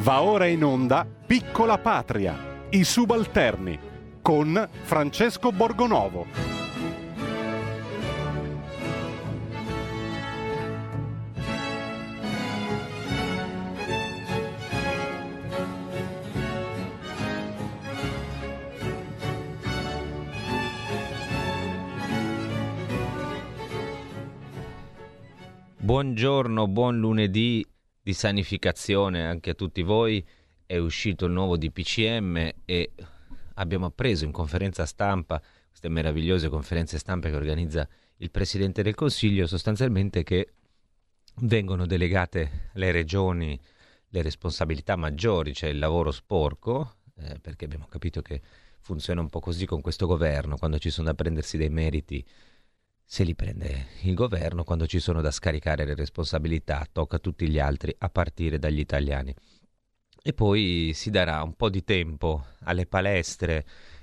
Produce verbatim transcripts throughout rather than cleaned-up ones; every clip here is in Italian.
Va ora in onda Piccola Patria, i subalterni, con Francesco Borgonovo. Buongiorno, buon lunedì di sanificazione anche a tutti voi. È uscito il nuovo D P C M e abbiamo appreso in conferenza stampa, queste meravigliose conferenze stampa che organizza il Presidente del Consiglio, sostanzialmente che vengono delegate alle regioni le responsabilità maggiori, cioè il lavoro sporco, eh, perché abbiamo capito che funziona un po' così con questo governo: quando ci sono da prendersi dei meriti se li prende il governo, quando ci sono da scaricare le responsabilità tocca a tutti gli altri, a partire dagli italiani. E poi si darà un po' di tempo alle palestre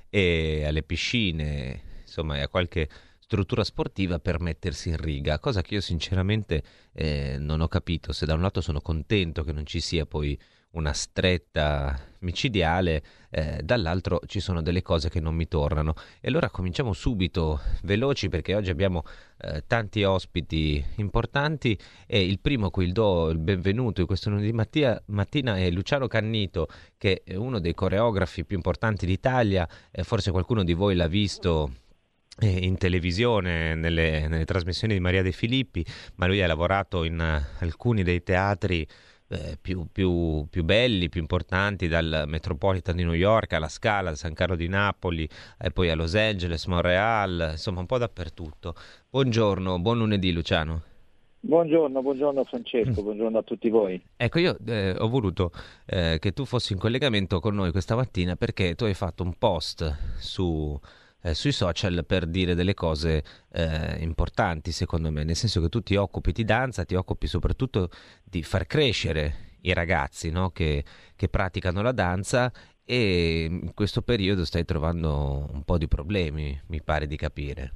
e alle piscine, insomma, e a qualche struttura sportiva per mettersi in riga, cosa che io sinceramente eh, non ho capito. Se da un lato sono contento che non ci sia poi una stretta micidiale, eh, dall'altro ci sono delle cose che non mi tornano. E allora cominciamo subito, veloci, perché oggi abbiamo eh, tanti ospiti importanti e il primo a cui do il benvenuto in questo lunedì mattia, mattina è Luciano Cannito, che è uno dei coreografi più importanti d'Italia. Eh, forse qualcuno di voi l'ha visto in televisione, nelle, nelle trasmissioni di Maria De Filippi, ma lui ha lavorato in uh, alcuni dei teatri eh, più, più, più belli, più importanti, dal Metropolitan di New York alla Scala, a San Carlo di Napoli e poi a Los Angeles, Montreal, insomma un po' dappertutto. Buongiorno, buon lunedì Luciano. Buongiorno, buongiorno Francesco, buongiorno a tutti voi. Ecco, io eh, ho voluto eh, che tu fossi in collegamento con noi questa mattina perché tu hai fatto un post su... Eh, sui social per dire delle cose eh, importanti, secondo me, nel senso che tu ti occupi di danza, ti occupi soprattutto di far crescere i ragazzi, no? che, che praticano la danza, e in questo periodo stai trovando un po' di problemi, mi pare di capire.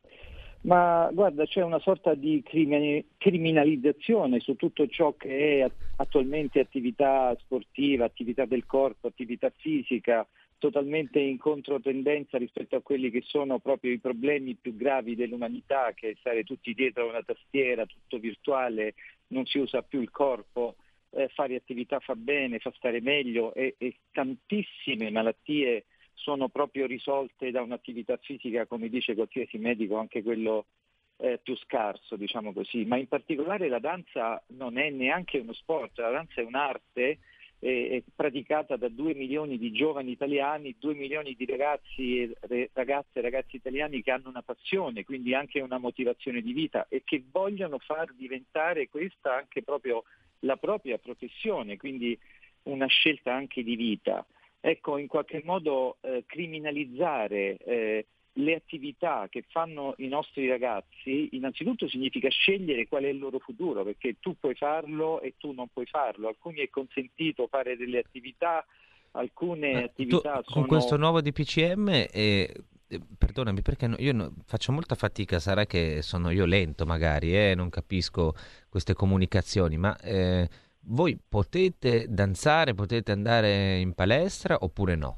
Ma guarda, c'è una sorta di crimine- criminalizzazione su tutto ciò che è attualmente attività sportiva, attività del corpo, attività fisica, totalmente in controtendenza rispetto a quelli che sono proprio i problemi più gravi dell'umanità, che è stare tutti dietro a una tastiera, tutto virtuale, non si usa più il corpo, eh, fare attività fa bene, fa stare meglio, e, e tantissime malattie sono proprio risolte da un'attività fisica, come dice qualsiasi medico, anche quello eh, più scarso, diciamo così. Ma in particolare la danza non è neanche uno sport, la danza è un'arte, è praticata da due milioni di giovani italiani, due milioni di ragazzi e ragazze e ragazzi italiani che hanno una passione, quindi anche una motivazione di vita, e che vogliono far diventare questa anche proprio la propria professione, quindi una scelta anche di vita. Ecco, in qualche modo eh, criminalizzare eh, le attività che fanno i nostri ragazzi, innanzitutto significa scegliere qual è il loro futuro, perché tu puoi farlo e tu non puoi farlo. Alcuni è consentito fare delle attività, alcune Ma attività tu, sono... con questo nuovo D P C M, eh, eh, perdonami perché no- io no- faccio molta fatica, sarà che sono io lento magari, eh, non capisco queste comunicazioni, ma eh, voi potete danzare, potete andare in palestra oppure no?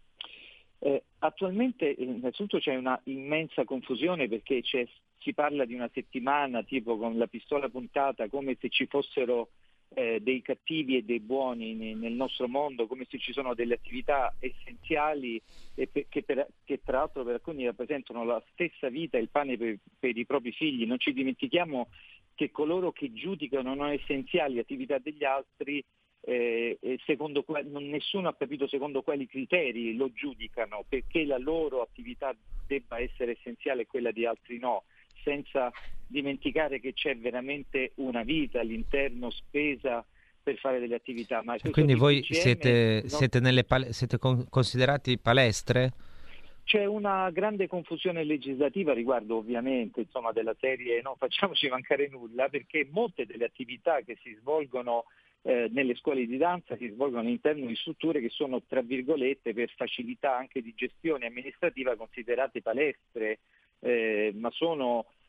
Eh, attualmente eh, innanzitutto c'è una immensa confusione, perché c'è, si parla di una settimana tipo con la pistola puntata, come se ci fossero eh, dei cattivi e dei buoni ne, nel nostro mondo, come se ci sono delle attività essenziali e per, che, per, che tra l'altro per alcuni rappresentano la stessa vita e il pane per, per i propri figli. Non ci dimentichiamo che coloro che giudicano non essenziali attività degli altri, Eh, secondo que- non, nessuno ha capito secondo quali criteri lo giudicano, perché la loro attività debba essere essenziale e quella di altri no, senza dimenticare che c'è veramente una vita all'interno spesa per fare delle attività. Ma Cioè, questo quindi voi D P C M siete, non... siete, nelle pal- siete con- considerati palestre? C'è una grande confusione legislativa riguardo, ovviamente, insomma, della serie non facciamoci mancare nulla, perché molte delle attività che si svolgono eh, nelle scuole di danza si svolgono all'interno di strutture che sono, tra virgolette, per facilità anche di gestione amministrativa, considerate palestre, eh, ma sono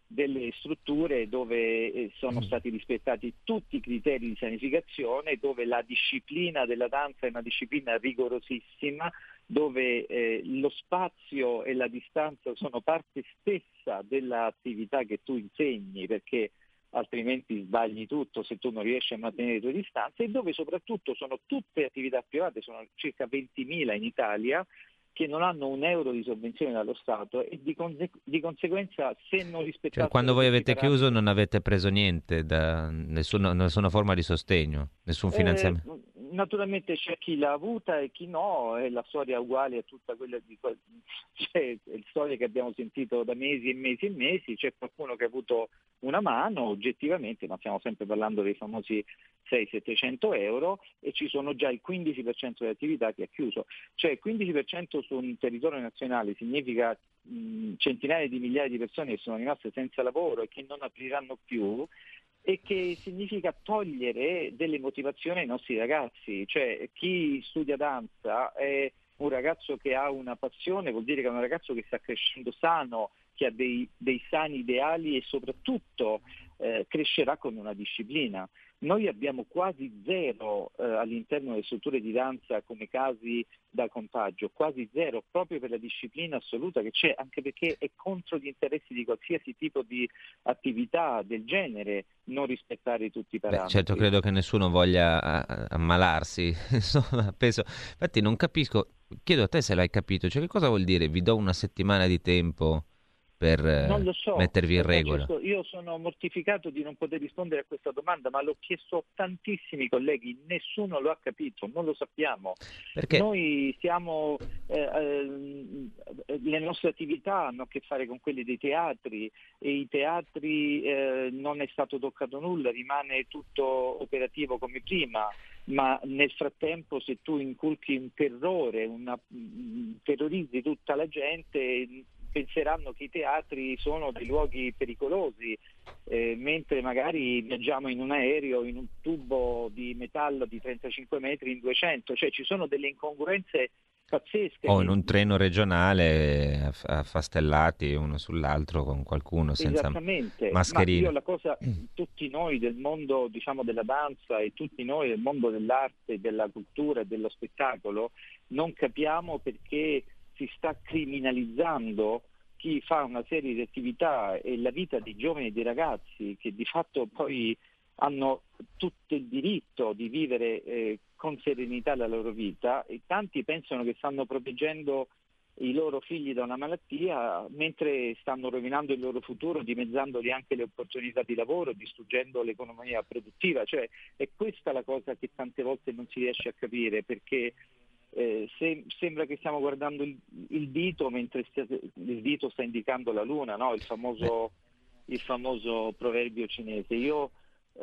delle strutture dove eh, sono stati rispettati tutti i criteri di sanificazione, dove la disciplina della danza è una disciplina rigorosissima, dove eh, lo spazio e la distanza sono parte stessa dell'attività che tu insegni, perché altrimenti sbagli tutto se tu non riesci a mantenere le tue distanze, e dove soprattutto sono tutte attività private, sono circa ventimila in Italia, che non hanno un euro di sovvenzione dallo Stato, e di, conse- di conseguenza se non rispettassero... Cioè, quando voi avete parametri, chiuso non avete preso niente, da nessuna, nessuna forma di sostegno, nessun finanziamento? Eh, naturalmente c'è chi l'ha avuta e chi no, è la storia uguale a tutta quella di cioè, è storia che abbiamo sentito da mesi e mesi e mesi. C'è qualcuno che ha avuto una mano oggettivamente, ma stiamo sempre parlando dei famosi seicento settecento euro, e ci sono già il quindici per cento delle attività che ha chiuso. Cioè il quindici per cento su un territorio nazionale significa mh, centinaia di migliaia di persone che sono rimaste senza lavoro e che non apriranno più, e che significa togliere delle motivazioni ai nostri ragazzi. Cioè chi studia danza è un ragazzo che ha una passione, vuol dire che è un ragazzo che sta crescendo sano, che ha dei, dei sani ideali, e soprattutto eh, crescerà con una disciplina. Noi abbiamo quasi zero eh, all'interno delle strutture di danza come casi da contagio, quasi zero, proprio per la disciplina assoluta che c'è, anche perché è contro gli interessi di qualsiasi tipo di attività del genere non rispettare tutti i parametri. Beh, certo, credo che nessuno voglia a- a- ammalarsi, insomma, penso. Infatti non capisco, chiedo a te se l'hai capito, cioè che cosa vuol dire vi do una settimana di tempo per eh, Non lo so, mettervi in regola? Francesco, io sono mortificato di non poter rispondere a questa domanda, ma l'ho chiesto a tantissimi colleghi, nessuno lo ha capito, non lo sappiamo. Perché Noi siamo, eh, eh, le nostre attività hanno a che fare con quelle dei teatri, e i teatri eh, non è stato toccato nulla, rimane tutto operativo come prima. Ma nel frattempo, se tu inculchi un terrore, una, terrorizzi tutta la gente, penseranno che i teatri sono dei luoghi pericolosi, eh, mentre magari viaggiamo in un aereo, in un tubo di metallo di trentacinque metri in duecento, cioè ci sono delle incongruenze pazzesche. o in un treno regionale aff- affastellati uno sull'altro con qualcuno senza Esattamente, mascherine. ma io la cosa, tutti noi del mondo, diciamo, della danza, e tutti noi del mondo dell'arte, della cultura e dello spettacolo non capiamo perché si sta criminalizzando chi fa una serie di attività, e la vita dei giovani e dei ragazzi che di fatto poi hanno tutto il diritto di vivere eh, con serenità la loro vita, e tanti pensano che stanno proteggendo i loro figli da una malattia mentre stanno rovinando il loro futuro, dimezzandoli anche le opportunità di lavoro, distruggendo l'economia produttiva. Cioè è questa la cosa che tante volte non si riesce a capire, perché Eh, se, sembra che stiamo guardando il, il dito mentre stia, il dito sta indicando la luna, no? Il famoso, il famoso proverbio cinese. Io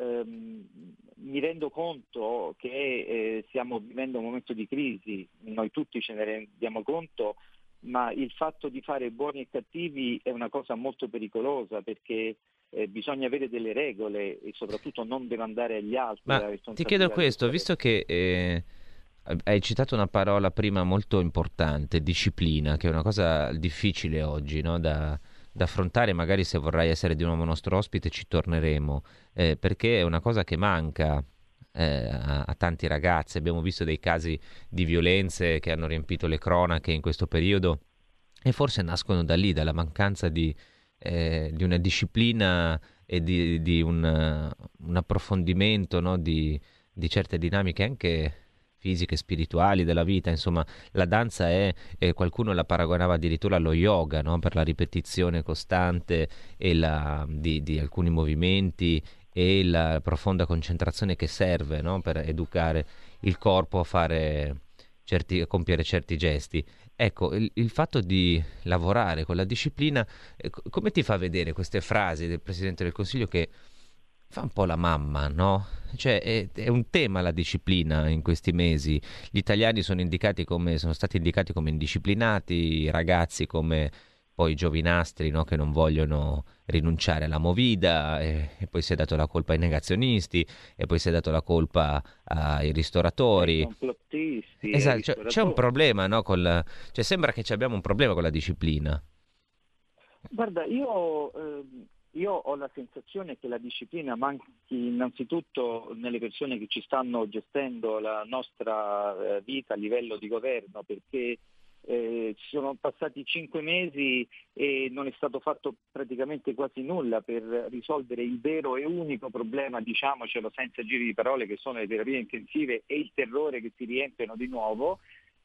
ehm, mi rendo conto che eh, stiamo vivendo un momento di crisi, noi tutti ce ne rendiamo conto, ma il fatto di fare buoni e cattivi è una cosa molto pericolosa, perché eh, bisogna avere delle regole e soprattutto non demandare agli altri Ma la ti responsabilità. chiedo questo, di visto che eh, hai citato una parola prima molto importante, disciplina, che è una cosa difficile oggi, no? da, da affrontare. Magari se vorrai essere di nuovo nostro ospite ci torneremo, eh, perché è una cosa che manca eh, a, a tanti ragazzi. Abbiamo visto dei casi di violenze che hanno riempito le cronache in questo periodo, e forse nascono da lì, dalla mancanza di, eh, di una disciplina e di, di un, un approfondimento, no? di, di certe dinamiche anche fisiche e spirituali della vita. Insomma, la danza è, eh, qualcuno la paragonava addirittura allo yoga, no? Per la ripetizione costante e la, di, di alcuni movimenti e la profonda concentrazione che serve, no? Per educare il corpo a fare certi, a compiere certi gesti. Ecco, il, il fatto di lavorare con la disciplina, eh, co- come ti fa vedere queste frasi del Presidente del Consiglio che fa un po' la mamma, no? Cioè è, è un tema la disciplina in questi mesi. Gli italiani sono indicati come, sono stati indicati come indisciplinati, i ragazzi come poi giovinastri, no? Che non vogliono rinunciare alla movida, e, e poi si è dato la colpa ai negazionisti, e poi si è dato la colpa ai ristoratori. Ai complottisti, Esatto, ai cioè, c'è un ristoratori. problema, no? Col, cioè sembra che ci abbiamo un problema con la disciplina. Guarda, io eh, io ho la sensazione che la disciplina manchi innanzitutto nelle persone che ci stanno gestendo la nostra eh, vita a livello di governo, perché eh, ci sono passati cinque mesi e non è stato fatto praticamente quasi nulla per risolvere il vero e unico problema, diciamocelo senza giri di parole, che sono le terapie intensive e il terrore che si riempiono di nuovo.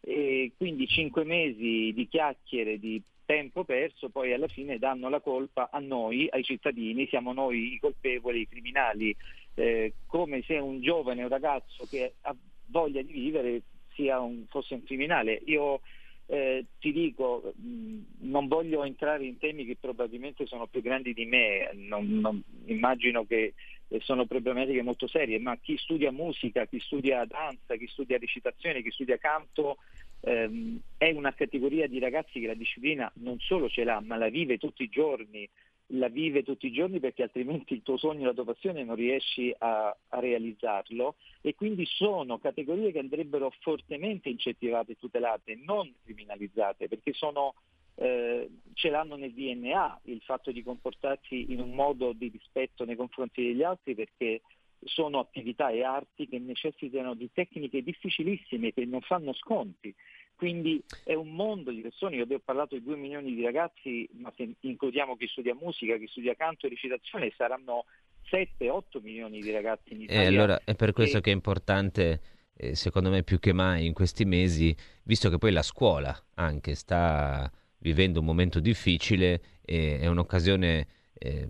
E quindi cinque mesi di chiacchiere, di tempo perso, poi alla fine danno la colpa a noi, ai cittadini, siamo noi i colpevoli, i criminali, eh, come se un giovane, un ragazzo che ha voglia di vivere sia un, fosse un criminale. Io eh, ti dico, mh, non voglio entrare in temi che probabilmente sono più grandi di me, non, non, immagino che eh, sono problematiche molto serie, ma chi studia musica, chi studia danza, chi studia recitazione, chi studia canto, ehm, è una categoria di ragazzi che la disciplina non solo ce l'ha, ma la vive tutti i giorni, la vive tutti i giorni perché altrimenti il tuo sogno, la tua passione non riesci a, a realizzarlo, e quindi sono categorie che andrebbero fortemente incentivate e tutelate, non criminalizzate, perché sono eh, ce l'hanno nel D N A il fatto di comportarsi in un modo di rispetto nei confronti degli altri, perché sono attività e arti che necessitano di tecniche difficilissime che non fanno sconti. Quindi è un mondo di persone. Io vi ho parlato di due milioni di ragazzi, ma se includiamo chi studia musica, chi studia canto e recitazione, saranno sette otto milioni di ragazzi in Italia. E allora è per questo e... che è importante, eh, secondo me più che mai in questi mesi, visto che poi la scuola anche sta vivendo un momento difficile, e è un'occasione eh,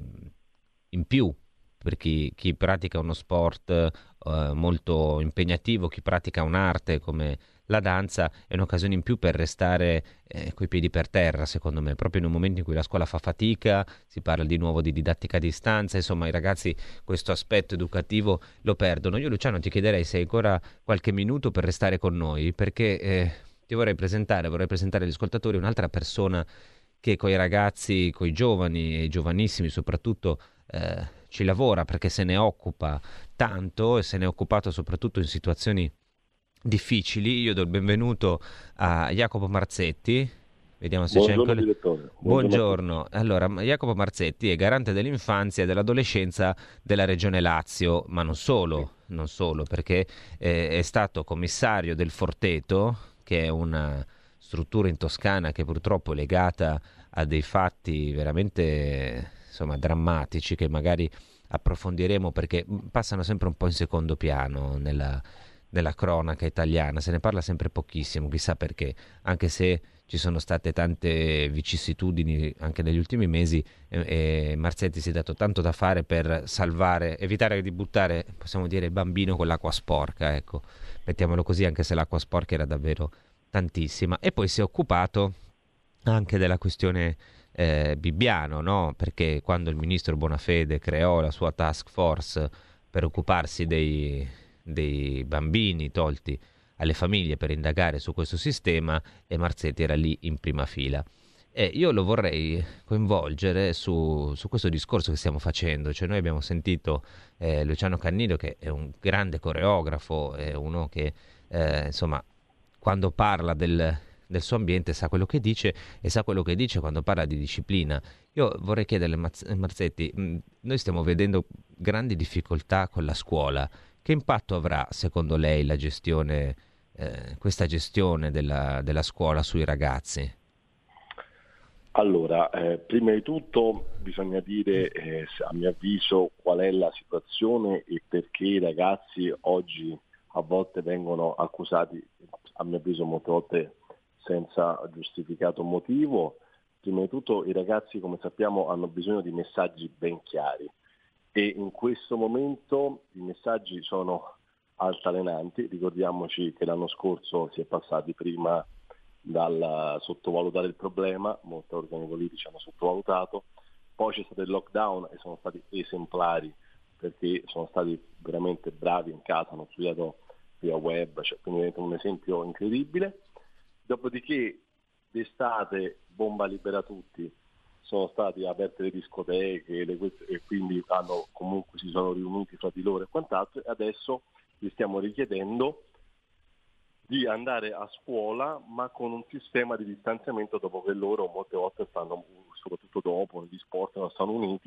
in più per chi, chi pratica uno sport eh, molto impegnativo, chi pratica un'arte come la danza, è un'occasione in più per restare eh, coi piedi per terra, secondo me, proprio in un momento in cui la scuola fa fatica, si parla di nuovo di didattica a distanza, insomma i ragazzi questo aspetto educativo lo perdono. Io Luciano ti chiederei se hai ancora qualche minuto per restare con noi, perché eh, ti vorrei presentare, vorrei presentare agli ascoltatori un'altra persona che coi ragazzi, coi giovani e i giovanissimi soprattutto eh, ci lavora, perché se ne occupa tanto e se ne è occupato soprattutto in situazioni difficili. Io do il benvenuto a Jacopo Marzetti. Vediamo se Buongiorno, c'è ancora. direttore. Buongiorno. Allora, Jacopo Marzetti è garante dell'infanzia e dell'adolescenza della Regione Lazio, ma non solo, non solo, perché eh, è stato commissario del Forteto, che è una struttura in Toscana che purtroppo è legata a dei fatti veramente, insomma, drammatici che magari approfondiremo perché passano sempre un po' in secondo piano nella nella cronaca italiana, se ne parla sempre pochissimo, chissà perché, anche se ci sono state tante vicissitudini anche negli ultimi mesi e, e Marzetti si è dato tanto da fare per salvare, evitare di buttare, possiamo dire, il bambino con l'acqua sporca, ecco, mettiamolo così, anche se l'acqua sporca era davvero tantissima. E poi si è occupato anche della questione eh, Bibbiano, no? Perché quando il ministro Bonafede creò la sua task force per occuparsi dei dei bambini tolti alle famiglie per indagare su questo sistema, e Marzetti era lì in prima fila. E io lo vorrei coinvolgere su, su questo discorso che stiamo facendo. Cioè noi abbiamo sentito eh, Luciano Cannino, che è un grande coreografo, è uno che eh, insomma quando parla del, del suo ambiente sa quello che dice e sa quello che dice quando parla di disciplina. Io vorrei chiederle, Marzetti, mh, noi stiamo vedendo grandi difficoltà con la scuola. Che impatto avrà secondo lei la gestione, eh, questa gestione della, della scuola sui ragazzi? Allora, eh, prima di tutto bisogna dire, eh, a mio avviso, qual è la situazione e perché i ragazzi oggi a volte vengono accusati, a mio avviso molte volte senza giustificato motivo. Prima di tutto i ragazzi, come sappiamo, hanno bisogno di messaggi ben chiari. E in questo momento i messaggi sono altalenanti. Ricordiamoci che l'anno scorso si è passati prima dal sottovalutare il problema, molti organi politici hanno sottovalutato, poi c'è stato il lockdown e sono stati esemplari perché sono stati veramente bravi in casa, hanno studiato via web, cioè, quindi è un esempio incredibile. Dopodiché d'estate, bomba libera tutti, sono stati aperte le discoteche le, e quindi hanno, comunque si sono riuniti fra di loro e quant'altro, e adesso gli stiamo richiedendo di andare a scuola ma con un sistema di distanziamento, dopo che loro molte volte stanno, soprattutto dopo negli sport, non stanno uniti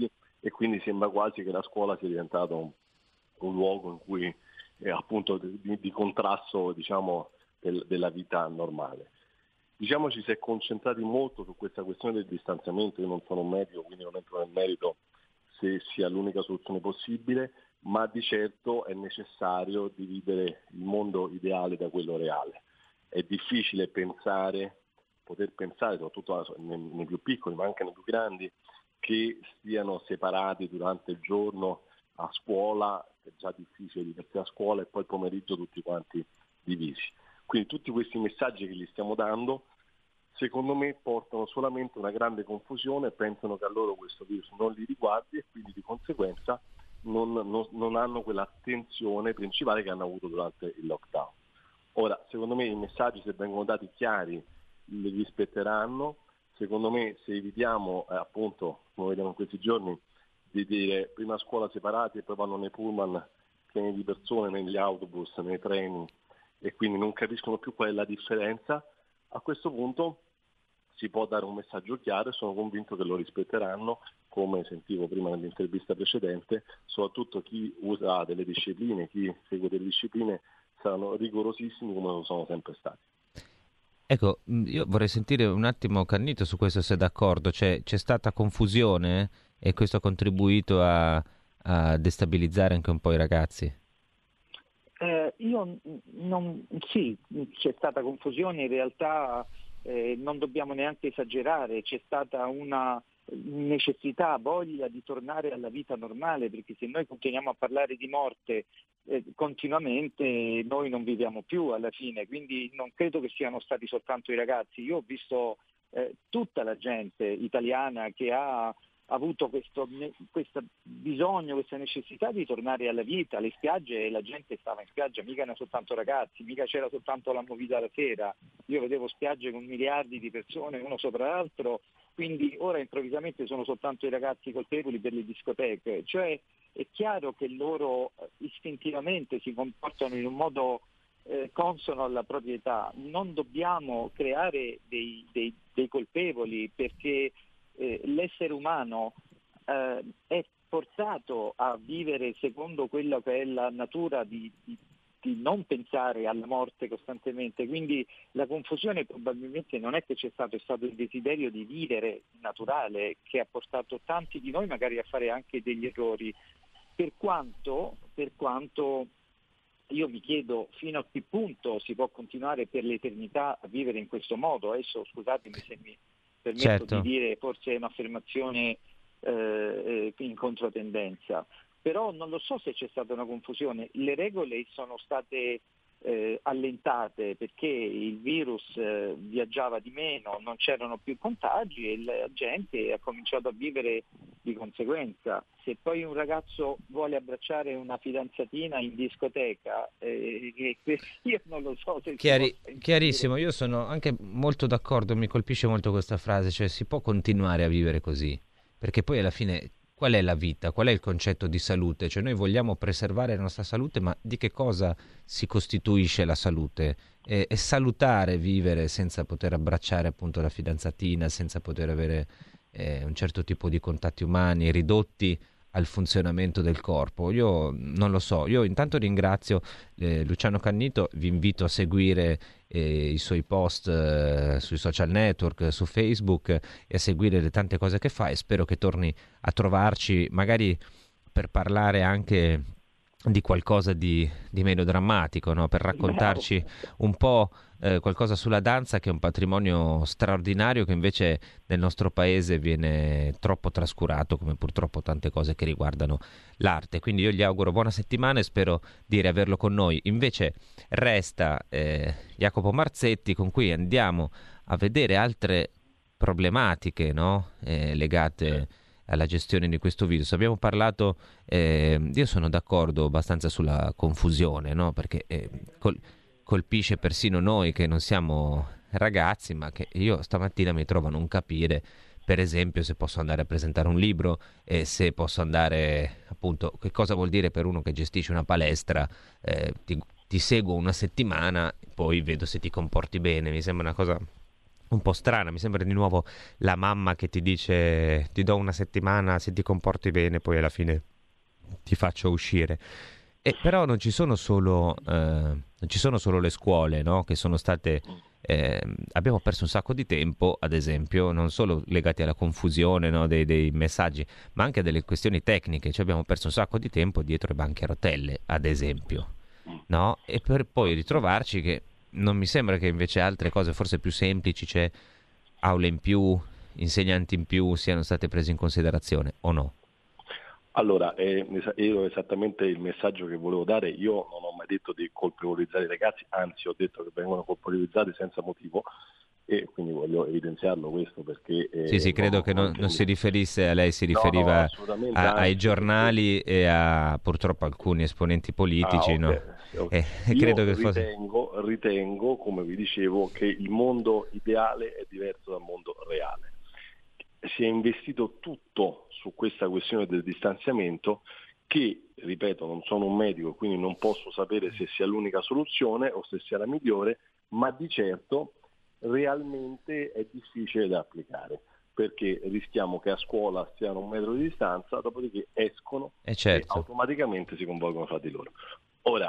e quindi sembra quasi che la scuola sia diventata un, un luogo in cui è appunto di, di contrasto, diciamo, del, della vita normale. Diciamo ci si è concentrati molto su questa questione del distanziamento. Io non sono un medico, quindi non entro nel merito se sia l'unica soluzione possibile, ma di certo è necessario dividere il mondo ideale da quello reale. È difficile pensare, poter pensare, soprattutto nei, nei più piccoli, ma anche nei più grandi, che stiano separati durante il giorno a scuola, è già difficile divertirsi a scuola, e poi il pomeriggio tutti quanti divisi. Quindi tutti questi messaggi che gli stiamo dando, secondo me, portano solamente una grande confusione, pensano che a loro questo virus non li riguardi e quindi di conseguenza non, non, non hanno quell'attenzione principale che hanno avuto durante il lockdown. Ora, secondo me i messaggi, se vengono dati chiari, li rispetteranno. Secondo me, se evitiamo, eh, appunto, come vediamo in questi giorni, di dire prima scuola separati e poi vanno nei pullman pieni di persone, negli autobus, nei treni, e quindi non capiscono più qual è la differenza, a questo punto si può dare un messaggio chiaro e sono convinto che lo rispetteranno, come sentivo prima nell'intervista precedente. Soprattutto chi usa delle discipline, chi segue delle discipline, saranno rigorosissimi come lo sono sempre stati. Ecco, io vorrei sentire un attimo Cannito su questo, se è d'accordo. C'è, c'è stata confusione e questo ha contribuito a, a destabilizzare anche un po' i ragazzi? Eh, io non, sì, c'è stata confusione, in realtà eh, non dobbiamo neanche esagerare, c'è stata una necessità, voglia di tornare alla vita normale, perché se noi continuiamo a parlare di morte eh, continuamente, noi non viviamo più alla fine, quindi non credo che siano stati soltanto i ragazzi. Io ho visto eh, tutta la gente italiana che ha avuto questo, questo bisogno, questa necessità di tornare alla vita, alle spiagge, e la gente stava in spiaggia, mica erano soltanto ragazzi, mica c'era soltanto la movida la sera. Io vedevo spiagge con miliardi di persone uno sopra l'altro, quindi ora improvvisamente sono soltanto i ragazzi colpevoli per le discoteche. Cioè è chiaro che loro istintivamente si comportano in un modo eh, consono alla propria età. Non dobbiamo creare dei, dei, dei colpevoli, perché Eh, l'essere umano eh, è portato a vivere secondo quella che è la natura di, di, di non pensare alla morte costantemente, quindi la confusione probabilmente non è che c'è stato, è stato il desiderio di vivere naturale che ha portato tanti di noi magari a fare anche degli errori, per quanto, per quanto io mi chiedo fino a che punto si può continuare per l'eternità a vivere in questo modo. Adesso scusatemi se mi permetto certo. di dire, forse è un'affermazione eh, in controtendenza, però non lo so se c'è stata una confusione. Le regole sono state eh, allentate perché il virus eh, viaggiava di meno, non c'erano più contagi e la gente ha cominciato a vivere di conseguenza. Se poi un ragazzo vuole abbracciare una fidanzatina in discoteca, eh, io non lo so se Chiari, chiarissimo, io sono anche molto d'accordo, mi colpisce molto questa frase, cioè si può continuare a vivere così, perché poi alla fine qual è la vita, qual è il concetto di salute? Cioè noi vogliamo preservare la nostra salute, ma di che cosa si costituisce la salute? È, è salutare vivere senza poter abbracciare appunto la fidanzatina, senza poter avere eh, un certo tipo di contatti umani ridotti al funzionamento del corpo. Io non lo so, io intanto ringrazio eh, Luciano Cannito, vi invito a seguire eh, i suoi post eh, sui social network, su Facebook, e a seguire le tante cose che fa, e spero che torni a trovarci magari per parlare anche di qualcosa di, di meno drammatico, no? Per raccontarci un po' eh, qualcosa sulla danza, che è un patrimonio straordinario che invece nel nostro paese viene troppo trascurato, come purtroppo tante cose che riguardano l'arte. Quindi io gli auguro buona settimana e spero di riaverlo con noi. Invece resta eh, Jacopo Marzetti, con cui andiamo a vedere altre problematiche, no? eh, legate alla gestione di questo virus. Abbiamo parlato, eh, io sono d'accordo abbastanza sulla confusione, no? Perché eh, col- colpisce persino noi che non siamo ragazzi, ma che io stamattina mi trovo a non capire, per esempio, se posso andare a presentare un libro e se posso andare, appunto, che cosa vuol dire per uno che gestisce una palestra, eh, ti, ti seguo una settimana, poi vedo se ti comporti bene. Mi sembra una cosa un po' strana. Mi sembra di nuovo la mamma che ti dice ti do una settimana, se ti comporti bene poi alla fine ti faccio uscire. E però non ci sono solo eh, non ci sono solo le scuole, no? Che sono state eh, abbiamo perso un sacco di tempo, ad esempio, non solo legati alla confusione, no, dei, dei messaggi, ma anche delle questioni tecniche. Cioè abbiamo perso un sacco di tempo dietro i banchi a rotelle, ad esempio, no? E per poi ritrovarci che non mi sembra che invece altre cose forse più semplici, c'è aule in più, insegnanti in più, siano state prese in considerazione, o no? Allora, eh, io esattamente il messaggio che volevo dare, io non ho mai detto di colpevolizzare i ragazzi, anzi ho detto che vengono colpevolizzati senza motivo, e quindi voglio evidenziarlo questo perché... Eh, sì, sì, credo non, che non, non si riferisse a lei, si riferiva no, no, a, ai anzi, giornali e a purtroppo alcuni esponenti politici, ah, okay, no? Okay. Eh, credo io che fosse... ritengo, ritengo, come vi dicevo, che il mondo ideale è diverso dal mondo reale. Si è investito tutto su questa questione del distanziamento che, ripeto, non sono un medico, quindi non posso sapere se sia l'unica soluzione o se sia la migliore, ma di certo realmente è difficile da applicare, perché rischiamo che a scuola stiano a un metro di distanza, dopodiché escono eh certo. e automaticamente si coinvolgono fra di loro. Ora,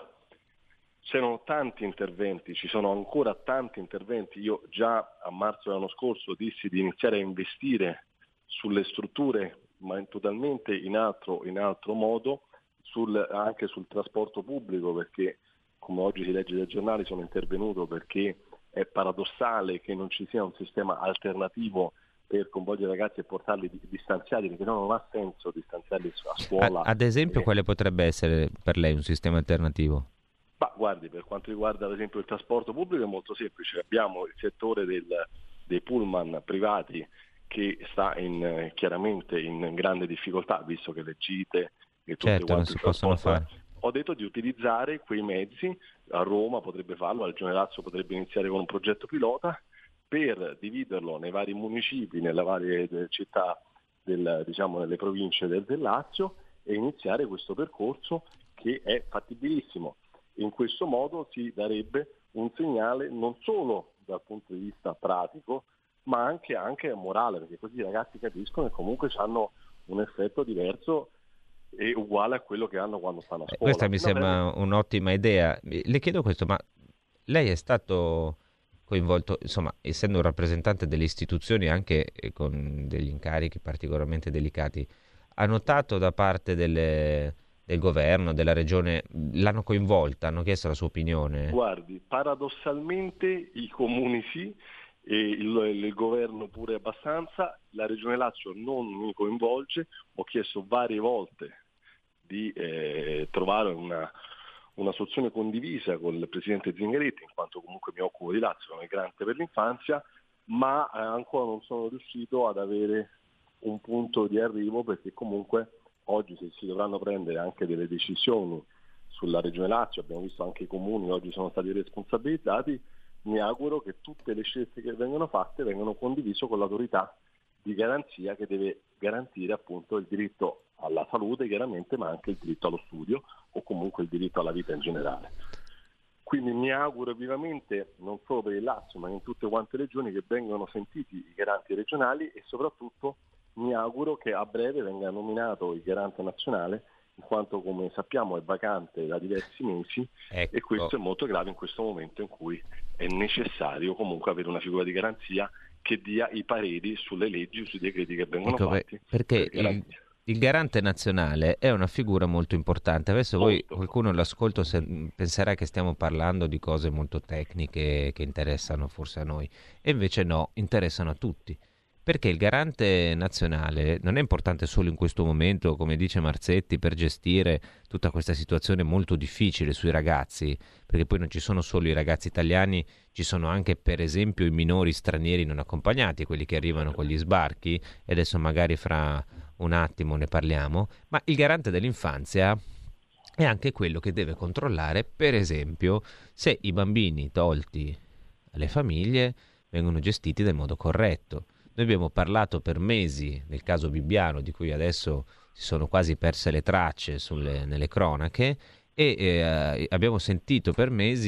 c'erano tanti interventi, ci sono ancora tanti interventi. Io già a marzo dell'anno scorso dissi di iniziare a investire sulle strutture, ma in totalmente in altro, in altro modo, sul, anche sul trasporto pubblico, perché come oggi si legge dai giornali sono intervenuto perché è paradossale che non ci sia un sistema alternativo per coinvolgere i ragazzi e portarli distanziati, perché no, non ha senso distanziarli a scuola. A, ad esempio, eh, quale potrebbe essere per lei un sistema alternativo? Ma guardi, per quanto riguarda ad esempio il trasporto pubblico è molto semplice. Abbiamo il settore del, dei pullman privati che sta in, chiaramente in grande difficoltà, visto che le gite e tutte certo, non si possono fare. Ho detto di utilizzare quei mezzi, a Roma potrebbe farlo, al Generalazzo potrebbe iniziare con un progetto pilota per dividerlo nei vari municipi, nelle varie città, del, diciamo nelle province del, del Lazio, e iniziare questo percorso che è fattibilissimo. In questo modo si darebbe un segnale non solo dal punto di vista pratico, ma anche, anche morale, perché così i ragazzi capiscono che comunque hanno un effetto diverso e uguale a quello che hanno quando stanno a scuola. Questa mi sembra un'ottima idea. Le chiedo questo, ma lei è stato coinvolto, insomma, essendo un rappresentante delle istituzioni anche con degli incarichi particolarmente delicati, ha notato da parte delle... del governo, della regione, l'hanno coinvolta, hanno chiesto la sua opinione? Guardi, paradossalmente i comuni sì, e il, il governo pure abbastanza, la regione Lazio non mi coinvolge, ho chiesto varie volte di eh, trovare una, una soluzione condivisa con il presidente Zingaretti, in quanto comunque mi occupo di Lazio come garante per l'infanzia, ma eh, ancora non sono riuscito ad avere un punto di arrivo, perché comunque oggi se si dovranno prendere anche delle decisioni sulla Regione Lazio, abbiamo visto anche i comuni oggi sono stati responsabilizzati, mi auguro che tutte le scelte che vengono fatte vengano condivise con l'autorità di garanzia che deve garantire appunto il diritto alla salute chiaramente, ma anche il diritto allo studio o comunque il diritto alla vita in generale. Quindi mi auguro vivamente, non solo per il Lazio ma in tutte quante le regioni, che vengano sentiti i garanti regionali, e soprattutto mi auguro che a breve venga nominato il garante nazionale, in quanto come sappiamo è vacante da diversi mesi, ecco. E questo è molto grave in questo momento in cui è necessario comunque avere una figura di garanzia che dia i pareri sulle leggi, sui decreti che vengono ecco, fatti. Perché per il, il garante nazionale è una figura molto importante. Adesso molto. Voi, qualcuno all'ascolto se, penserà che stiamo parlando di cose molto tecniche che interessano forse a noi, e invece no, interessano a tutti. Perché il garante nazionale non è importante solo in questo momento, come dice Marzetti, per gestire tutta questa situazione molto difficile sui ragazzi, perché poi non ci sono solo i ragazzi italiani, ci sono anche per esempio i minori stranieri non accompagnati, quelli che arrivano con gli sbarchi, e adesso magari fra un attimo ne parliamo, ma il garante dell'infanzia è anche quello che deve controllare, per esempio, se i bambini tolti alle famiglie vengono gestiti nel modo corretto. Noi abbiamo parlato per mesi del caso Bibbiano, di cui adesso si sono quasi perse le tracce sulle, nelle cronache, e eh, abbiamo sentito per mesi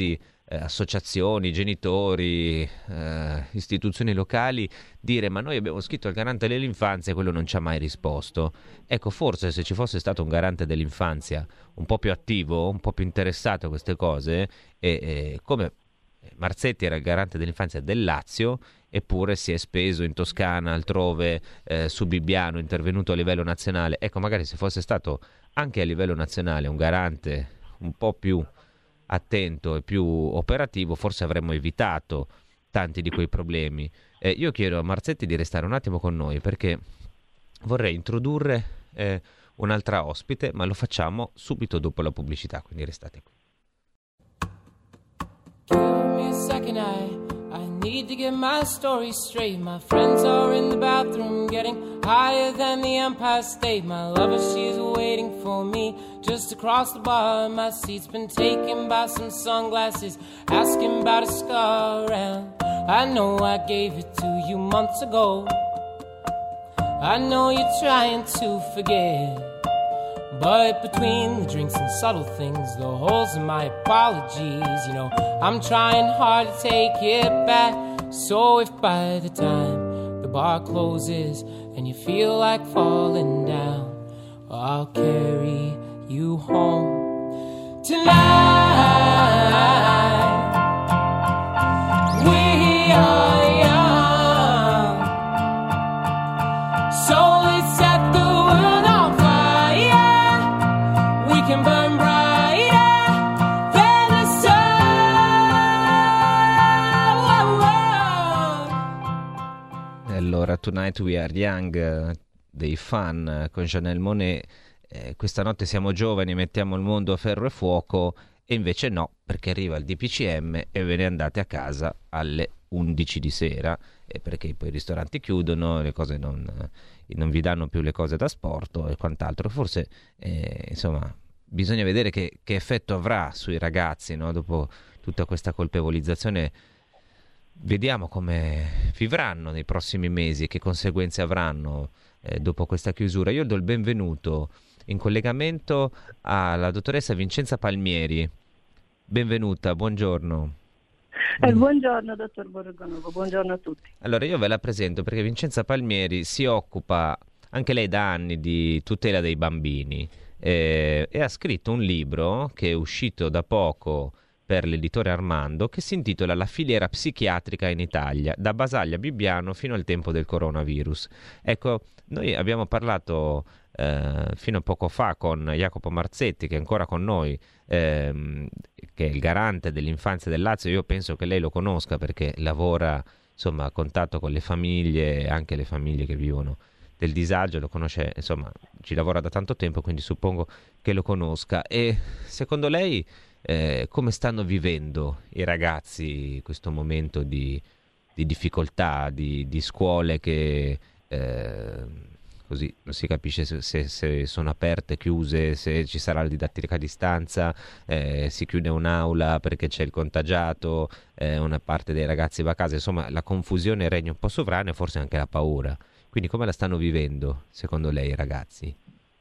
eh, associazioni, genitori, eh, istituzioni locali, dire ma noi abbiamo scritto al garante dell'infanzia e quello non ci ha mai risposto. Ecco, forse se ci fosse stato un garante dell'infanzia un po' più attivo, un po' più interessato a queste cose, e, e come Marzetti era il garante dell'infanzia del Lazio, eppure si è speso in Toscana, altrove, eh, su Bibbiano, intervenuto a livello nazionale. Ecco, magari se fosse stato anche a livello nazionale un garante un po' più attento e più operativo, forse avremmo evitato tanti di quei problemi. Eh, io chiedo a Marzetti di restare un attimo con noi perché vorrei introdurre eh, un'altra ospite, ma lo facciamo subito dopo la pubblicità, quindi restate qui. Give me a second, I, I need to get my story straight. My friends are in the bathroom getting higher than the Empire State. My lover, she's waiting for me just across the bar. My seat's been taken by some sunglasses, asking about a scar. And I know I gave it to you months ago. I know you're trying to forget, but between the drinks and subtle things, the holes in my apologies, you know, I'm trying hard to take it back. So if by the time the bar closes and you feel like falling down, I'll carry you home tonight. We are young, so let's set the world on fire. We can burn brighter than the sun. Allora, Tonight We Are Young eh, dei Fan eh, con Janelle Monáe. Eh, questa notte siamo giovani, mettiamo il mondo a ferro e fuoco, e invece no, perché arriva il D P C M e ve ne andate a casa alle undici di sera, eh, perché poi i ristoranti chiudono, le cose non, eh, non vi danno più le cose da sport e quant'altro. Forse eh, insomma bisogna vedere che, che effetto avrà sui ragazzi, no? Dopo tutta questa colpevolizzazione. Vediamo come vivranno nei prossimi mesi e che conseguenze avranno eh, dopo questa chiusura. Io do il benvenuto in collegamento alla dottoressa Vincenza Palmieri. Benvenuta, buongiorno. Eh, buongiorno dottor Borgonovo, buongiorno a tutti. Allora io ve la presento perché Vincenza Palmieri si occupa anche lei da anni di tutela dei bambini eh, e ha scritto un libro che è uscito da poco per l'editore Armando, che si intitola La filiera psichiatrica in Italia, da Basaglia a Bibbiano fino al tempo del coronavirus. Ecco, noi abbiamo parlato eh, fino a poco fa con Jacopo Marzetti, che è ancora con noi, ehm, che è il garante dell'infanzia del Lazio. Io penso che lei lo conosca perché lavora insomma a contatto con le famiglie, anche le famiglie che vivono del disagio, lo conosce, insomma ci lavora da tanto tempo, quindi suppongo che lo conosca. E secondo lei Eh, come stanno vivendo i ragazzi questo momento di, di difficoltà, di, di scuole che eh, così non si capisce se, se, se sono aperte, chiuse, se ci sarà la didattica a distanza, eh, si chiude un'aula perché c'è il contagiato, eh, una parte dei ragazzi va a casa, insomma la confusione regna un po' sovrana e forse anche la paura. Quindi come la stanno vivendo secondo lei i ragazzi?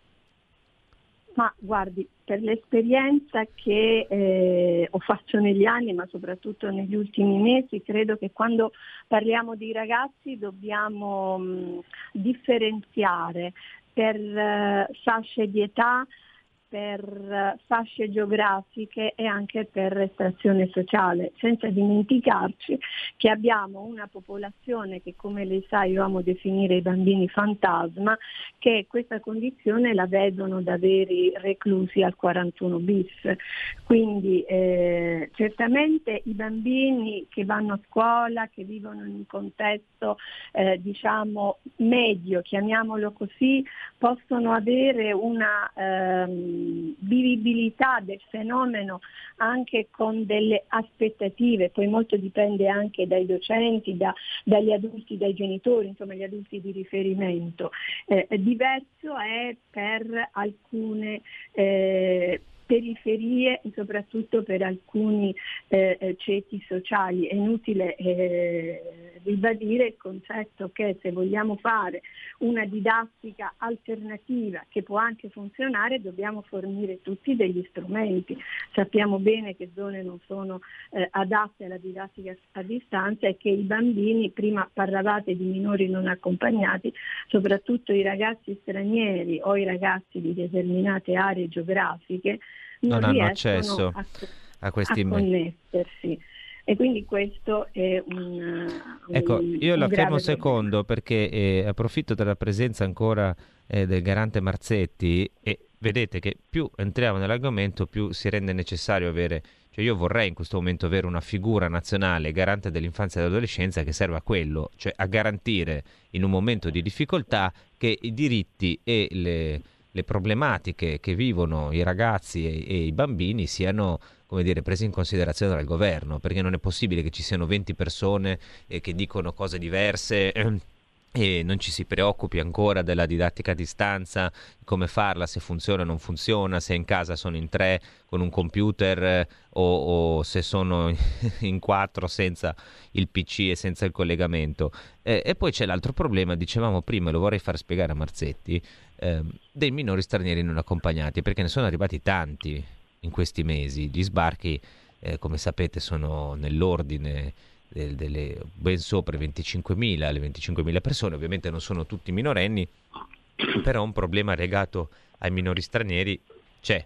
Ma guardi, per l'esperienza che eh, ho fatto negli anni, ma soprattutto negli ultimi mesi, credo che quando parliamo di ragazzi dobbiamo mh, differenziare per uh, fasce di età, per uh, fasce geografiche e anche per estrazione sociale, senza dimenticarci che abbiamo una popolazione che, come lei sa, io amo definire i bambini fantasma, che questa condizione la vedono da veri reclusi al quarantuno bis. Quindi eh, certamente i bambini che vanno a scuola, che vivono in un contesto eh, diciamo medio, chiamiamolo così, possono avere una ehm, vivibilità del fenomeno anche con delle aspettative, poi molto dipende anche dai docenti, da, dagli adulti, dai genitori, insomma gli adulti di riferimento. Eh, diverso è per alcune eh, periferie e soprattutto per alcuni eh, ceti sociali. È inutile eh, ribadire il concetto che se vogliamo fare una didattica alternativa che può anche funzionare, dobbiamo fornire tutti degli strumenti. Sappiamo bene che zone non sono eh, adatte alla didattica a distanza e che i bambini, prima parlavate di minori non accompagnati, soprattutto i ragazzi stranieri o i ragazzi di determinate aree geografiche, non, non hanno accesso a, a questi a connettersi. E quindi questo è un, un ecco, io un la fermo un grave secondo perché eh, approfitto della presenza ancora eh, del garante Marzetti e vedete che più entriamo nell'argomento più si rende necessario avere, cioè io vorrei in questo momento avere una figura nazionale garante dell'infanzia e dell'adolescenza che serva a quello, cioè a garantire in un momento di difficoltà che i diritti e le le problematiche che vivono i ragazzi e, e i bambini siano, come dire, prese in considerazione dal governo, perché non è possibile che ci siano venti persone eh, che dicono cose diverse eh, e non ci si preoccupi ancora della didattica a distanza, come farla, se funziona o non funziona, se in casa sono in tre con un computer eh, o, o se sono in quattro senza il P C e senza il collegamento. Eh, e poi c'è l'altro problema, dicevamo prima, lo vorrei far spiegare a Marzetti, eh, dei minori stranieri non accompagnati, perché ne sono arrivati tanti in questi mesi. Gli sbarchi, eh, come sapete, sono nell'ordine del, delle ben sopra i venticinquemila, le venticinquemila persone. Ovviamente non sono tutti minorenni, però un problema legato ai minori stranieri c'è.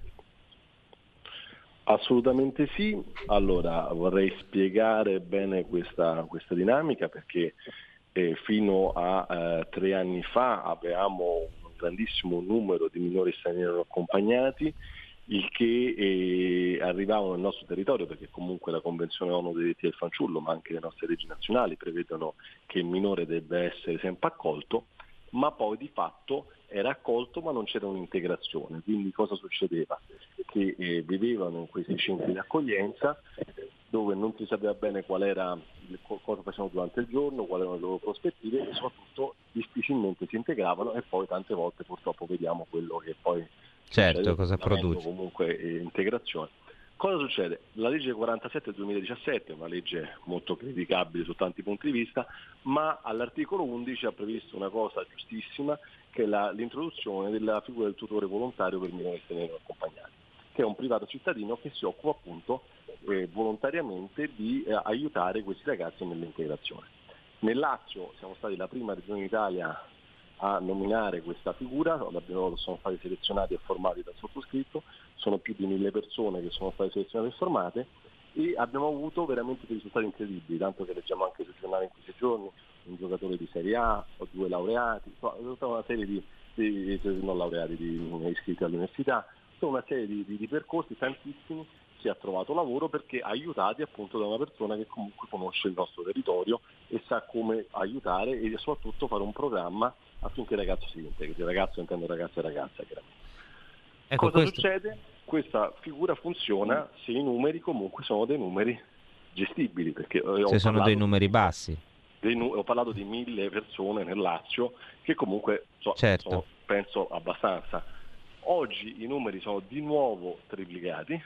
Assolutamente sì. Allora vorrei spiegare bene questa, questa dinamica, perché eh, fino a eh, tre anni fa avevamo un grandissimo numero di minori stranieri non accompagnati, il che eh, arrivavano nel nostro territorio, perché comunque la Convenzione ONU dei diritti del fanciullo, ma anche le nostre leggi nazionali prevedono che il minore debba essere sempre accolto, ma poi di fatto era accolto ma non c'era un'integrazione. Quindi cosa succedeva? Che eh, vivevano in questi centri di accoglienza dove non si sapeva bene qual era, cosa facevano durante il giorno, quali erano le loro prospettive e soprattutto difficilmente si integravano, e poi tante volte purtroppo vediamo quello che poi certo succede, cosa produce comunque eh, integrazione. Cosa succede? La legge quarantasette del duemiladiciassette è una legge molto criticabile su tanti punti di vista, ma all'articolo undici ha previsto una cosa giustissima, che è la, l'introduzione della figura del tutore volontario per minori stranieri non accompagnati, che è un privato cittadino che si occupa appunto eh, volontariamente di eh, aiutare questi ragazzi nell'integrazione. Nel Lazio siamo stati la prima regione in Italia a nominare questa figura, sono stati selezionati e formati dal sottoscritto, sono più di mille persone che sono state selezionate e formate e abbiamo avuto veramente dei risultati incredibili, tanto che leggiamo anche sui giornali in questi giorni un giocatore di Serie A o due laureati, tutta una serie di, di non laureati, di iscritti all'università, tutta una serie di, di, di percorsi, tantissimi. Si è trovato lavoro perché aiutati appunto da una persona che comunque conosce il nostro territorio e sa come aiutare e soprattutto fare un programma affinché il ragazzo si integri. Il ragazzo intendo ragazzo e ragazza, chiaramente. Ecco, cosa questo... succede? Questa figura funziona se i numeri comunque sono dei numeri gestibili, perché se sono dei numeri di, bassi. Dei, ho parlato di mille persone nel Lazio che comunque so, certo. sono, penso abbastanza. Oggi i numeri sono di nuovo triplicati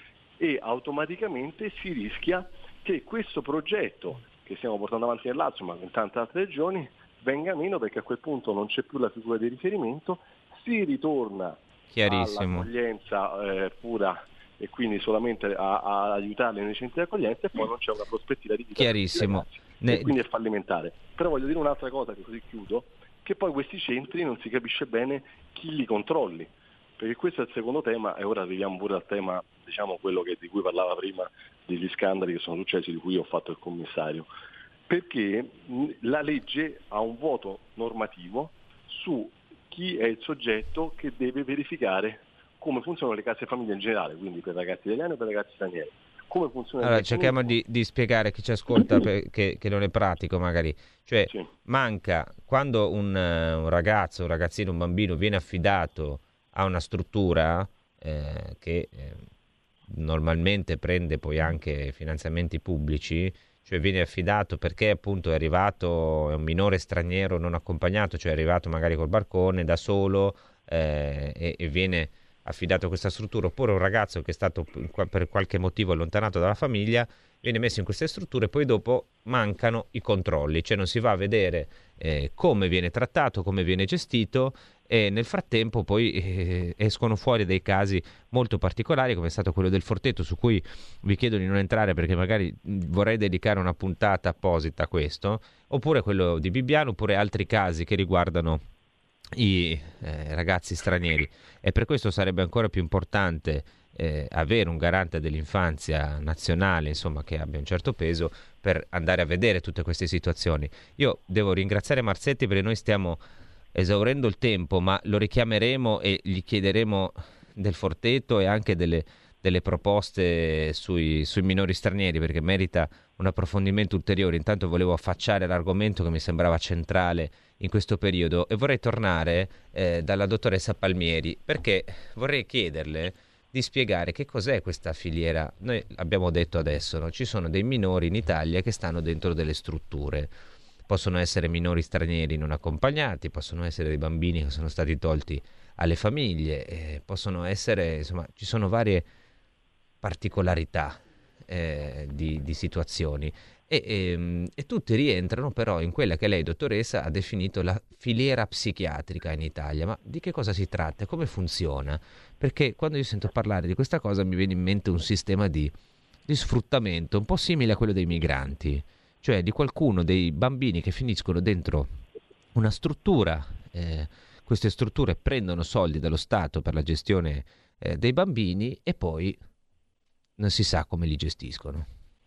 e automaticamente si rischia che questo progetto che stiamo portando avanti nel Lazio, ma in tante altre regioni, venga meno, perché a quel punto non c'è più la figura di riferimento, si ritorna all'accoglienza eh, pura e quindi solamente a, a aiutarli nei centri di accoglienza, e poi non c'è una prospettiva di vita. Chiarissimo. Ne... E quindi è fallimentare. Però voglio dire un'altra cosa, che così chiudo, che poi questi centri non si capisce bene chi li controlli, perché questo è il secondo tema, e ora arriviamo pure al tema, diciamo quello che, di cui parlava prima, degli scandali che sono successi, di cui io ho fatto il commissario, perché la legge ha un vuoto normativo su chi è il soggetto che deve verificare come funzionano le case famiglie in generale, quindi per ragazzi italiani e per ragazzi stranieri. Come funziona? Allora, cerchiamo di, di spiegare a chi ci ascolta per, che, che non è pratico magari. Cioè, sì. manca, quando un, un ragazzo, un ragazzino, un bambino viene affidato a una struttura eh, che eh, normalmente prende poi anche finanziamenti pubblici, cioè viene affidato perché appunto è arrivato, è un minore straniero non accompagnato, cioè è arrivato magari col barcone da solo eh, e, e viene affidato a questa struttura, oppure un ragazzo che è stato per qualche motivo allontanato dalla famiglia, viene messo in queste strutture e poi dopo mancano i controlli, cioè non si va a vedere eh, come viene trattato, come viene gestito, e nel frattempo poi eh, escono fuori dei casi molto particolari, come è stato quello del Forteto, su cui vi chiedo di non entrare perché magari vorrei dedicare una puntata apposita a questo, oppure quello di Bibbiano, oppure altri casi che riguardano i eh, ragazzi stranieri. E per questo sarebbe ancora più importante eh, avere un garante dell'infanzia nazionale, insomma, che abbia un certo peso per andare a vedere tutte queste situazioni. Io devo ringraziare Marzetti perché noi stiamo esaurendo il tempo, ma lo richiameremo e gli chiederemo del Forteto e anche delle, delle proposte sui, sui minori stranieri, perché merita un approfondimento ulteriore. Intanto volevo affacciare l'argomento che mi sembrava centrale in questo periodo e vorrei tornare eh, dalla dottoressa Palmieri, perché vorrei chiederle di spiegare che cos'è questa filiera. Noi abbiamo detto adesso, no? Ci sono dei minori in Italia che stanno dentro delle strutture. Possono essere minori stranieri non accompagnati, possono essere dei bambini che sono stati tolti alle famiglie, eh, possono essere, insomma, ci sono varie particolarità eh, di, di situazioni e, e, e tutti rientrano però in quella che lei, dottoressa, ha definito la filiera psichiatrica in Italia. Ma di che cosa si tratta? Come funziona? Perché quando io sento parlare di questa cosa mi viene in mente un sistema di, di sfruttamento un po' simile a quello dei migranti, cioè di qualcuno, dei bambini che finiscono dentro una struttura, eh, queste strutture prendono soldi dallo Stato per la gestione eh, dei bambini e poi non si sa come li gestiscono.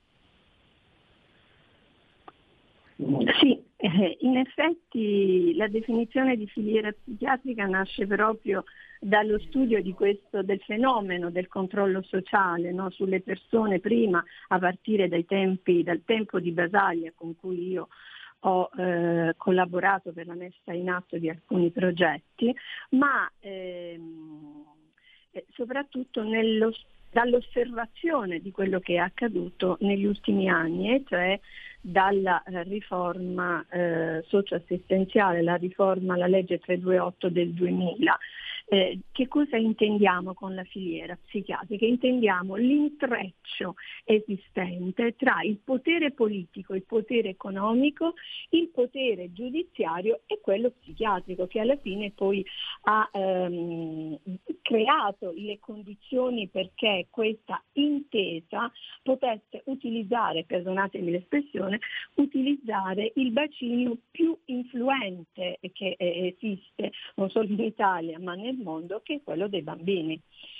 Sì, eh, in effetti la definizione di filiera psichiatrica nasce proprio dallo studio di questo, del fenomeno del controllo sociale, no? Sulle persone, prima a partire dai tempi, dal tempo di Basaglia, con cui io ho eh, collaborato per la messa in atto di alcuni progetti, ma ehm, soprattutto nello, dall'osservazione di quello che è accaduto negli ultimi anni, e cioè dalla eh, riforma eh, socioassistenziale, la riforma, la legge trecentoventotto del duemila. Eh, che cosa intendiamo con la filiera psichiatrica? Intendiamo l'intreccio esistente tra il potere politico, il potere economico, il potere giudiziario e quello psichiatrico, che alla fine poi ha ehm, creato le condizioni perché questa intesa potesse utilizzare, perdonatemi l'espressione, utilizzare il bacino più influente che eh, esiste non solo in Italia ma nel mondo, che è quello dei bambini.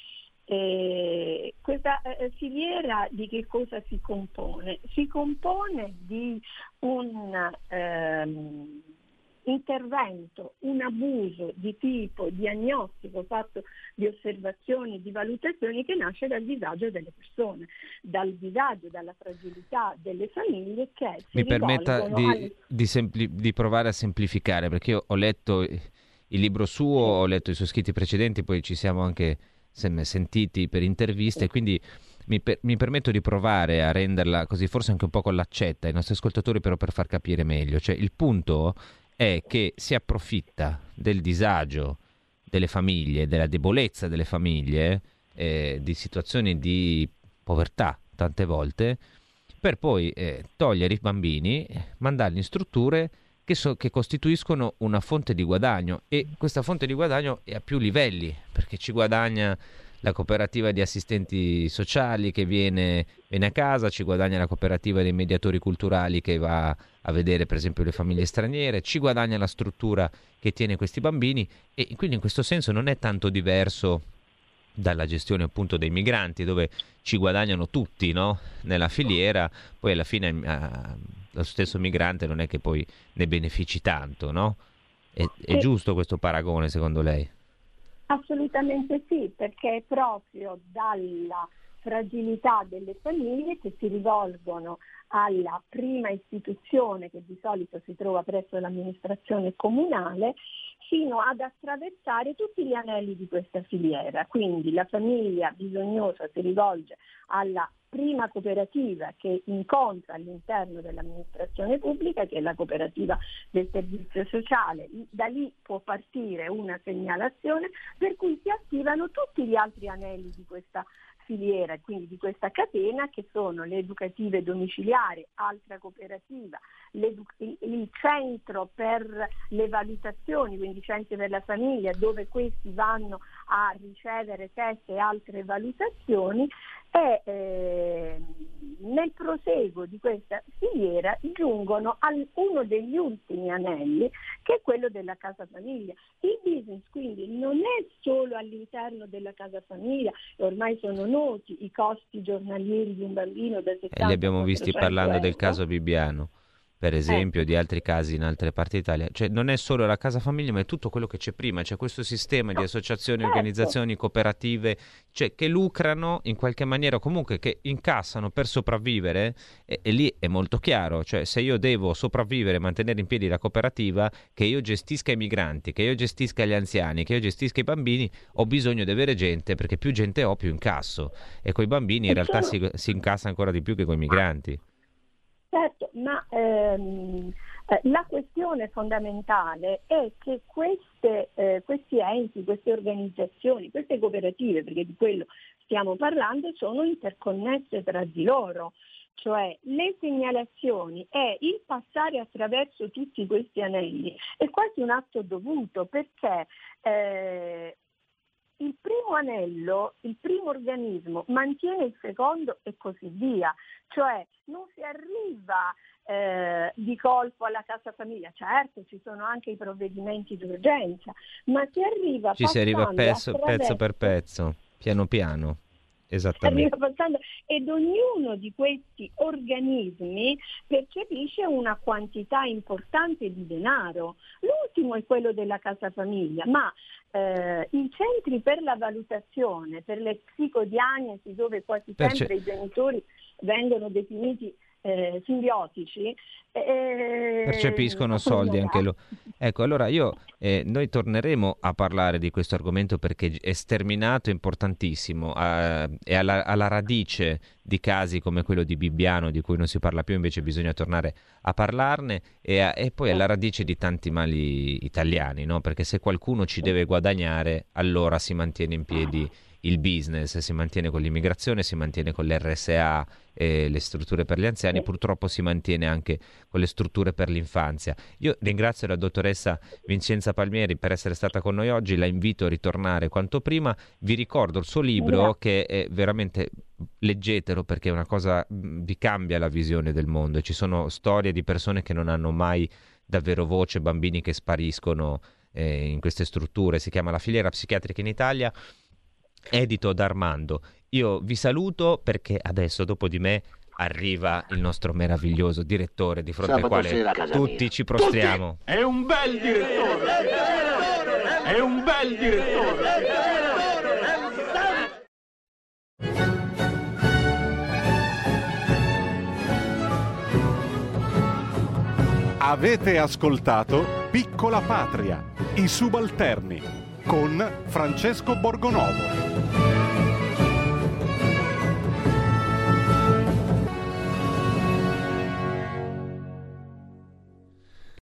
Eh, questa eh, filiera di che cosa si compone? Si compone di un ehm, intervento, un abuso di tipo diagnostico fatto di osservazioni, di valutazioni, che nasce dal disagio delle persone, dal disagio, dalla fragilità delle famiglie che si Mi permetta di, alle... di, sempli- di provare a semplificare, perché io ho letto il libro suo, sì. Ho letto i suoi scritti precedenti, poi ci siamo anche sentiti per interviste, sì. Quindi mi, per- mi permetto di provare a renderla così, forse anche un po' con l'accetta ai nostri ascoltatori, però per far capire meglio. Cioè, il punto è che si approfitta del disagio delle famiglie, della debolezza delle famiglie, eh, di situazioni di povertà tante volte, per poi eh, togliere i bambini, mandarli in strutture che, so, che costituiscono una fonte di guadagno, e questa fonte di guadagno è a più livelli, perché ci guadagna la cooperativa di assistenti sociali che viene, viene a casa, ci guadagna la cooperativa dei mediatori culturali che va a vedere per esempio le famiglie straniere, ci guadagna la struttura che tiene questi bambini, e quindi in questo senso non è tanto diverso dalla gestione appunto dei migranti, dove ci guadagnano tutti, no? Nella filiera, poi alla fine eh, lo stesso migrante non è che poi ne benefici tanto, no? È, è giusto questo paragone secondo lei? Assolutamente sì, perché è proprio dalla fragilità delle famiglie che si rivolgono alla prima istituzione, che di solito si trova presso l'amministrazione comunale, fino ad attraversare tutti gli anelli di questa filiera. Quindi la famiglia bisognosa si rivolge alla prima cooperativa che incontra all'interno dell'amministrazione pubblica, che è la cooperativa del servizio sociale. Da lì può partire una segnalazione per cui si attivano tutti gli altri anelli di questa filiera, quindi di questa catena, che sono le educative domiciliari, altra cooperativa, il centro per le valutazioni, quindi centri per la famiglia, dove questi vanno a ricevere test e altre valutazioni, e eh, nel proseguo di questa filiera giungono a uno degli ultimi anelli, che è quello della casa famiglia. Il business quindi non è solo all'interno della casa famiglia, ormai sono noti i costi giornalieri di un bambino da settanta e li abbiamo visti parlando euro. Del caso Bibbiano, per esempio, eh. di altri casi in altre parti d'Italia. Cioè non è solo la casa famiglia, ma è tutto quello che c'è prima. C'è questo sistema di associazioni, certo. organizzazioni, cooperative, cioè, che lucrano in qualche maniera, comunque che incassano per sopravvivere, e, e lì è molto chiaro. Cioè se io devo sopravvivere, mantenere in piedi la cooperativa, che io gestisca i migranti, che io gestisca gli anziani, che io gestisca i bambini, ho bisogno di avere gente, perché più gente ho più incasso, e coi bambini in realtà si, si incassa ancora di più che coi migranti. Certo, ma ehm, eh, la questione fondamentale è che queste, eh, questi enti, queste organizzazioni, queste cooperative, perché di quello stiamo parlando, sono interconnesse tra di loro. Cioè le segnalazioni e il passare attraverso tutti questi anelli è quasi un atto dovuto, perché eh, il primo anello, il primo organismo mantiene il secondo e così via, cioè non si arriva eh, di colpo alla casa famiglia. Certo, ci sono anche i provvedimenti d'urgenza, ma si arriva ci si arriva pezzo, attraverso... pezzo per pezzo, piano piano. Esattamente. Ed ognuno di questi organismi percepisce una quantità importante di denaro. L'ultimo è quello della casa famiglia, ma eh, i centri per la valutazione, per le psicodiagnosi, dove quasi Perce- sempre i genitori vengono definiti eh, simbiotici, eh, percepiscono soldi anche loro. Ecco, allora io eh, noi torneremo a parlare di questo argomento, perché è sterminato, importantissimo, eh, è alla, alla radice di casi come quello di Bibbiano, di cui non si parla più, invece bisogna tornare a parlarne, e, a, e poi alla radice di tanti mali italiani, no? Perché se qualcuno ci deve guadagnare, allora si mantiene in piedi il business, si mantiene con l'immigrazione, si mantiene con l'R S A e le strutture per gli anziani, purtroppo si mantiene anche con le strutture per l'infanzia. Io ringrazio la dottoressa Vincenza Palmieri per essere stata con noi oggi, la invito a ritornare quanto prima. Vi ricordo il suo libro, che è veramente, leggetelo, perché è una cosa, vi cambia la visione del mondo, e ci sono storie di persone che non hanno mai davvero voce, bambini che spariscono eh, in queste strutture. Si chiama La filiera psichiatrica in Italia, edito da Armando. Io vi saluto, perché adesso dopo di me arriva il nostro meraviglioso direttore, di fronte Sabato al quale tutti ci prostriamo. Tutti. È un bel direttore! È un bel direttore! Avete ascoltato Piccola Patria, i subalterni, con Francesco Borgonovo.